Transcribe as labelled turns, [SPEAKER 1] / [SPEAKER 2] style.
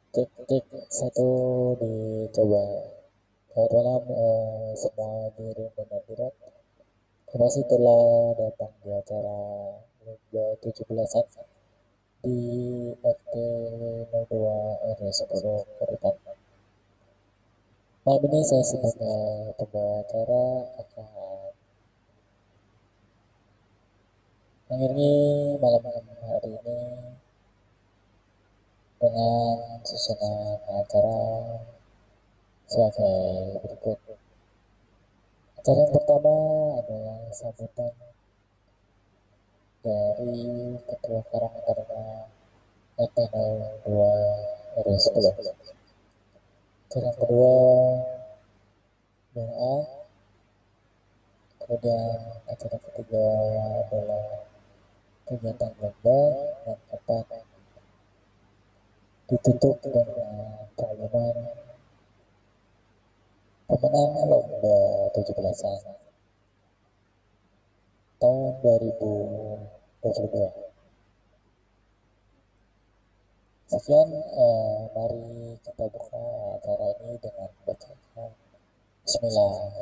[SPEAKER 1] Cek cek satu dicoba. Selamat malam semua hadirin dan hadirat. Terima kasih telah datang di acara Lomba 17-an di RT 02 RW 10 Koritan. Malam ini saya sebagai pembawa acara akan mengiringi malam hari ini dengan susunan acara sebagai berikut. Acara yang pertama adalah sambutan dari Ketua Karang Taruna RT 02 RW 10. Acara yang kedua doa, kemudian acara ketiga adalah kegiatan lomba yang keempat ditutup dengan pengumuman pemenang lomba 17-an tahun 2022. Sekian, mari kita buka acara ini dengan bacaan Bismillah.